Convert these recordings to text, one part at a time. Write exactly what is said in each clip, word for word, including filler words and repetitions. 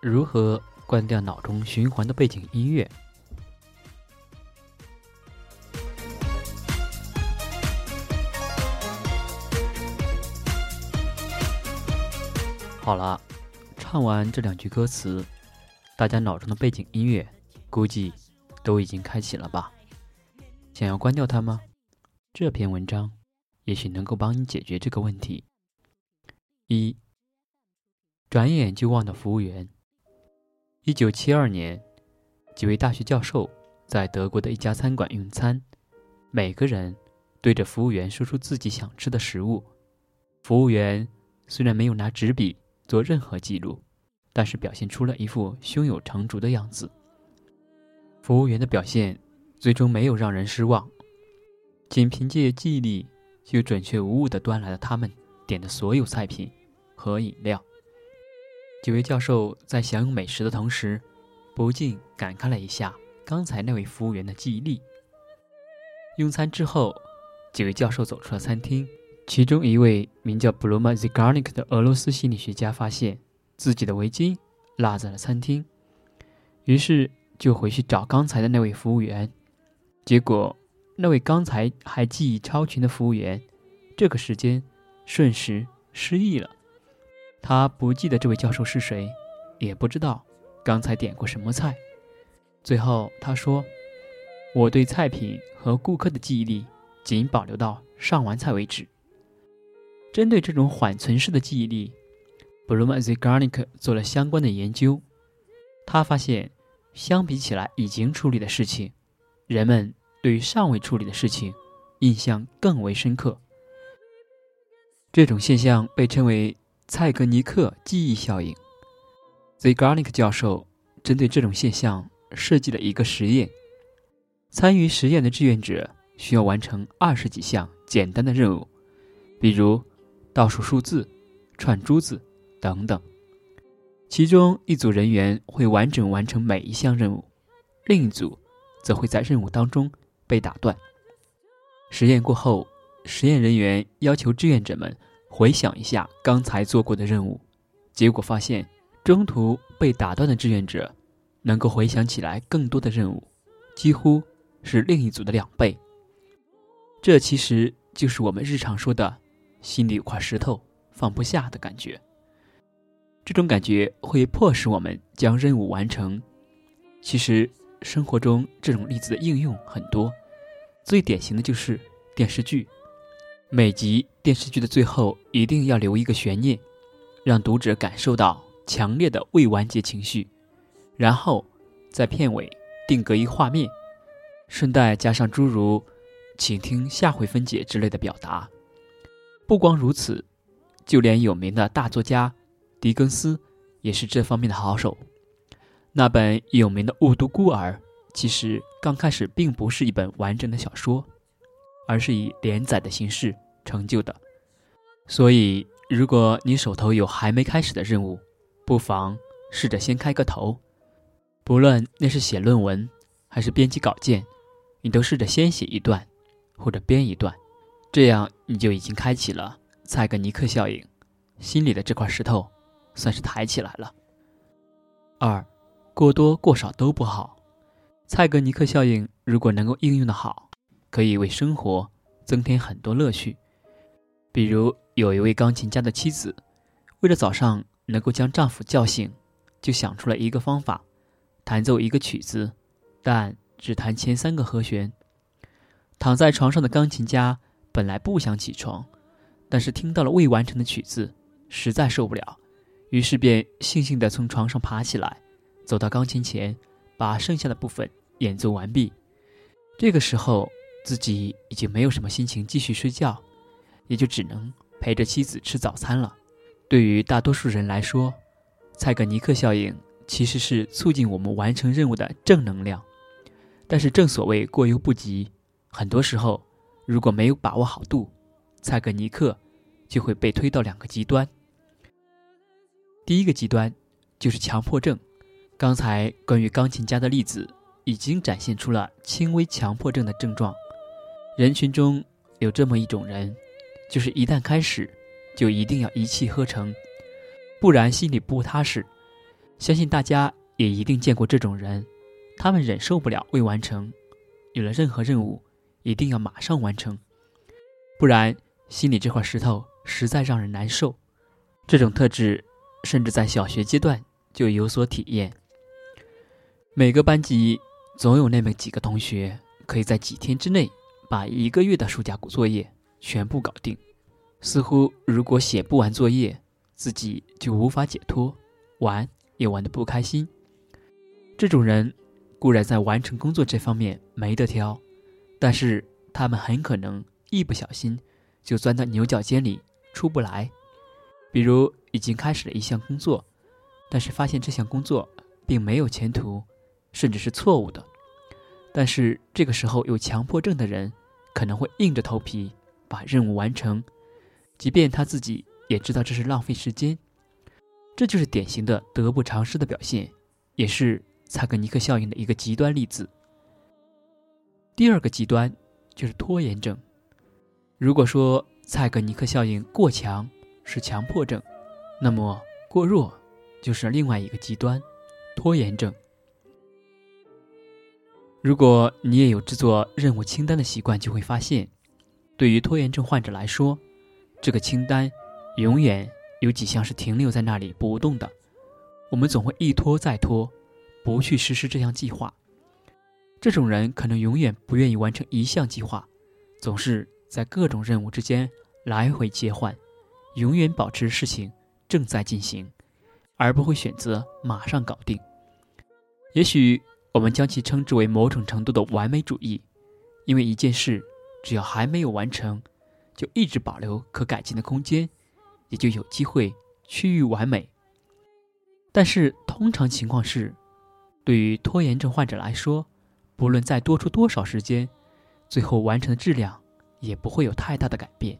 如何关掉脑中循环的背景音乐？好了，唱完这两句歌词，大家脑中的背景音乐估计都已经开启了吧？想要关掉它吗？这篇文章也许能够帮你解决这个问题。一，转眼就忘的服务员。一九七二年，几位大学教授在德国的一家餐馆用餐，每个人对着服务员说出自己想吃的食物。服务员虽然没有拿纸笔做任何记录，但是表现出了一副胸有成竹的样子。服务员的表现最终没有让人失望，仅凭借记忆力就准确无误地端来了他们点的所有菜品和饮料。几位教授在享用美食的同时，不禁感慨了一下刚才那位服务员的记忆力。用餐之后，几位教授走出了餐厅，其中一位名叫布罗曼·兹加尔尼克的俄罗斯心理学家发现自己的围巾落在了餐厅，于是就回去找刚才的那位服务员。结果那位刚才还记忆超群的服务员，这个时间瞬时失忆了。他不记得这位教授是谁，也不知道刚才点过什么菜。最后他说，我对菜品和顾客的记忆力仅保留到上完菜为止。针对这种缓存式的记忆力，布鲁曼·兹加尔尼克做了相关的研究。他发现，相比起来已经处理的事情，人们对于尚未处理的事情印象更为深刻。这种现象被称为蔡格尼克记忆效应。Z. Garnick 教授针对这种现象设计了一个实验。参与实验的志愿者需要完成二十几项简单的任务，比如倒数数字、串珠子等等。其中一组人员会完整完成每一项任务，另一组则会在任务当中被打断。实验过后，实验人员要求志愿者们回想一下刚才做过的任务，结果发现中途被打断的志愿者能够回想起来更多的任务，几乎是另一组的两倍。这其实就是我们日常说的心里有块石头放不下的感觉。这种感觉会迫使我们将任务完成。其实生活中这种例子的应用很多，最典型的就是电视剧。每集电视剧的最后一定要留一个悬念，让读者感受到强烈的未完结情绪，然后在片尾定格一画面，顺带加上诸如请听下回分解之类的表达。不光如此，就连有名的大作家狄更斯也是这方面的好手。那本有名的《雾都孤儿》其实刚开始并不是一本完整的小说，而是以连载的形式成就的。所以如果你手头有还没开始的任务，不妨试着先开个头。不论那是写论文还是编辑稿件，你都试着先写一段或者编一段，这样你就已经开启了蔡格尼克效应，心里的这块石头算是抬起来了。二，过多过少都不好。蔡格尼克效应如果能够应用得好，可以为生活增添很多乐趣。比如有一位钢琴家的妻子，为了早上能够将丈夫叫醒，就想出了一个方法，弹奏一个曲子，但只弹前三个和弦。躺在床上的钢琴家本来不想起床，但是听到了未完成的曲子，实在受不了，于是便悻悻地从床上爬起来，走到钢琴前，把剩下的部分演奏完毕。这个时候自己已经没有什么心情继续睡觉，也就只能陪着妻子吃早餐了。对于大多数人来说，蔡格尼克效应其实是促进我们完成任务的正能量。但是正所谓过犹不及，很多时候如果没有把握好度，蔡格尼克就会被推到两个极端。第一个极端就是强迫症。刚才关于钢琴家的例子已经展现出了轻微强迫症的症状。人群中有这么一种人，就是一旦开始就一定要一气呵成，不然心里不踏实， 相信大家也一定见过这种人，他们忍受不了未完成，有了任何任务一定要马上完成，不然心里这块石头实在让人难受。这种特质甚至在小学阶段就有所体验。每个班级总有那么几个同学可以在几天之内把一个月的暑假作业全部搞定，似乎如果写不完作业，自己就无法解脱，玩也玩得不开心。这种人固然在完成工作这方面没得挑，但是他们很可能一不小心就钻到牛角尖里出不来。比如已经开始了一项工作，但是发现这项工作并没有前途，甚至是错误的，但是这个时候有强迫症的人可能会硬着头皮把任务完成，即便他自己也知道这是浪费时间。这就是典型的得不偿失的表现，也是蔡格尼克效应的一个极端例子。第二个极端就是拖延症。如果说蔡格尼克效应过强是强迫症，那么过弱就是另外一个极端，拖延症。如果你也有制作任务清单的习惯，就会发现，对于拖延症患者来说，这个清单永远有几项是停留在那里不动的。我们总会一拖再拖，不去实施这项计划。这种人可能永远不愿意完成一项计划，总是在各种任务之间来回切换，永远保持事情正在进行，而不会选择马上搞定。也许我们将其称之为某种程度的完美主义，因为一件事只要还没有完成，就一直保留可改进的空间，也就有机会趋于完美。但是通常情况是，对于拖延症患者来说，不论再多出多少时间，最后完成的质量也不会有太大的改变。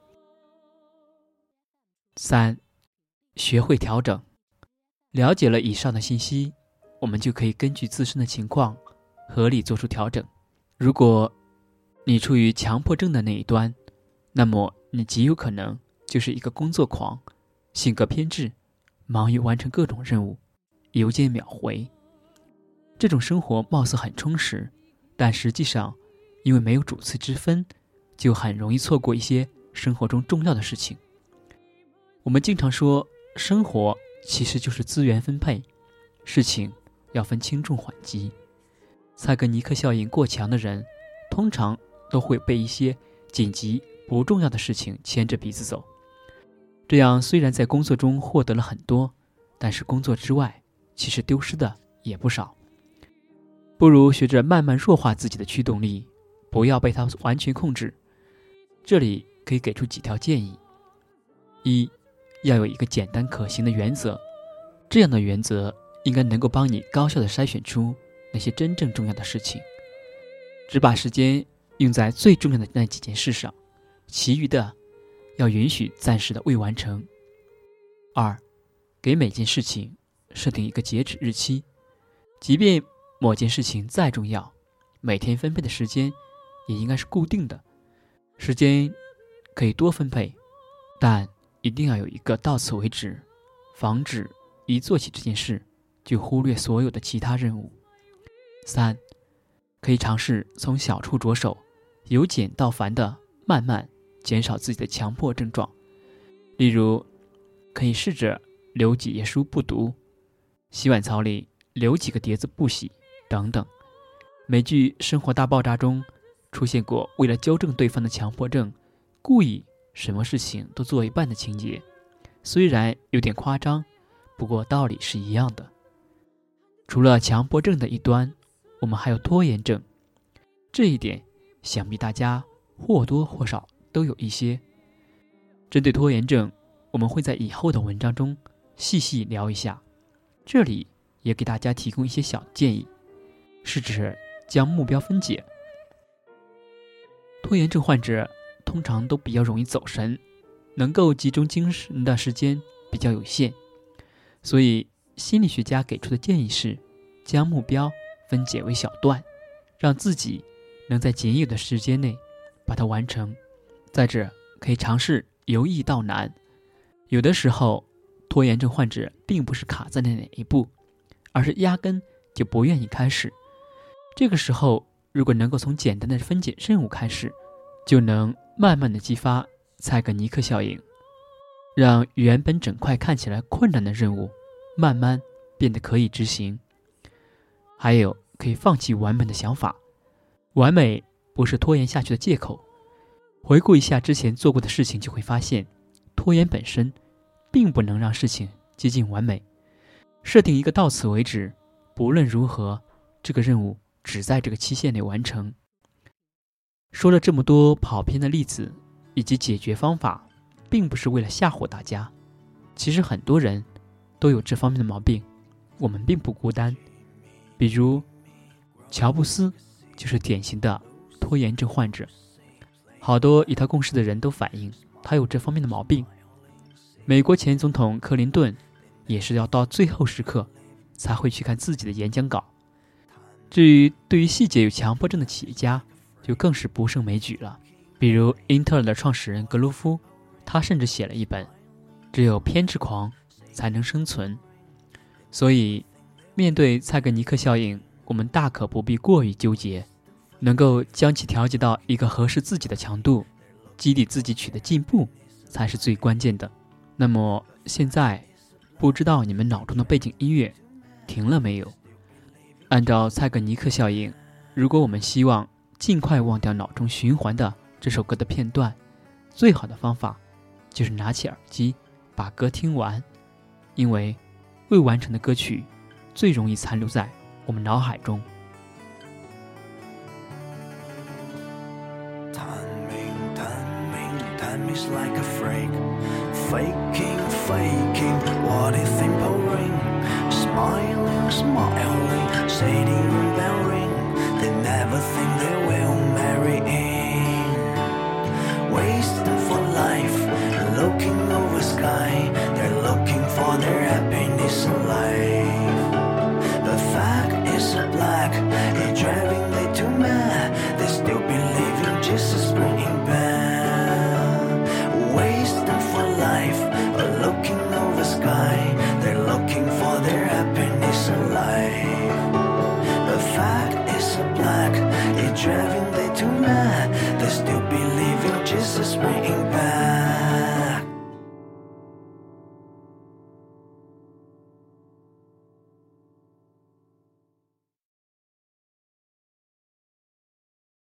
三、学会调整。了解了以上的信息，我们就可以根据自身的情况合理做出调整。如果你处于强迫症的那一端，那么你极有可能就是一个工作狂，性格偏执，忙于完成各种任务，邮件秒回。这种生活貌似很充实，但实际上因为没有主次之分，就很容易错过一些生活中重要的事情。我们经常说，生活其实就是资源分配，事情要分轻重缓急。蔡格尼克效应过强的人，通常都会被一些紧急不重要的事情牵着鼻子走。这样虽然在工作中获得了很多，但是工作之外其实丢失的也不少。不如学着慢慢弱化自己的驱动力，不要被它完全控制。这里可以给出几条建议。一，要有一个简单可行的原则，这样的原则应该能够帮你高效地筛选出那些真正重要的事情，只把时间用在最重要的那几件事上，其余的要允许暂时的未完成。二，给每件事情设定一个截止日期，即便某件事情再重要，每天分配的时间也应该是固定的。时间可以多分配，但一定要有一个到此为止，防止一做起这件事就忽略所有的其他任务。三，可以尝试从小处着手，由简到繁的慢慢减少自己的强迫症状。例如，可以试着留几页书不读，洗碗槽里留几个碟子不洗等等。美剧《生活大爆炸》中出现过为了纠正对方的强迫症，故意什么事情都做一半的情节，虽然有点夸张，不过道理是一样的。除了强迫症的一端，我们还有拖延症，这一点想必大家或多或少都有一些。针对拖延症，我们会在以后的文章中细细聊一下，这里也给大家提供一些小建议，是指将目标分解。拖延症患者通常都比较容易走神，能够集中精神的时间比较有限，所以心理学家给出的建议是将目标分解为小段，让自己能在仅有的时间内把它完成。再者，可以尝试由易到难，有的时候拖延症患者并不是卡在了哪一步，而是压根就不愿意开始。这个时候，如果能够从简单的分解任务开始，就能慢慢的激发蔡格尼克效应，让原本整块看起来困难的任务慢慢变得可以执行。还有，可以放弃完美的想法，完美不是拖延下去的借口。回顾一下之前做过的事情，就会发现拖延本身并不能让事情接近完美。设定一个到此为止，不论如何，这个任务只在这个期限内完成。说了这么多跑偏的例子以及解决方法，并不是为了吓唬大家。其实很多人都有这方面的毛病，我们并不孤单。比如乔布斯就是典型的拖延症患者，好多与他共事的人都反映他有这方面的毛病。美国前总统克林顿也是要到最后时刻才会去看自己的演讲稿。至于对于细节有强迫症的企业家，就更是不胜枚举了。比如英特尔的创始人格鲁夫，他甚至写了一本只有偏执狂才能生存。所以面对蔡格尼克效应，我们大可不必过于纠结，能够将其调节到一个合适自己的强度，激励自己取得进步才是最关键的。那么现在不知道你们脑中的背景音乐停了没有？按照蔡格尼克效应，如果我们希望尽快忘掉脑中循环的这首歌的片段，最好的方法就是拿起耳机把歌听完，因为未完成的歌曲最容易残留在我们脑海中。 Time is like a freak, faking, faking, what is empowering, smiling, smiling, sitting bell ring, they never think they will marry in, wasting for life, looking over sky, they're looking for their happiness in life, the fact is so black, it's driving they too mad, they still believe in Jesus bringing back.Looking over sky, they're looking for their happiness in life. The fact is so black, it's driving they too mad. They still believe in Jesus bringing back.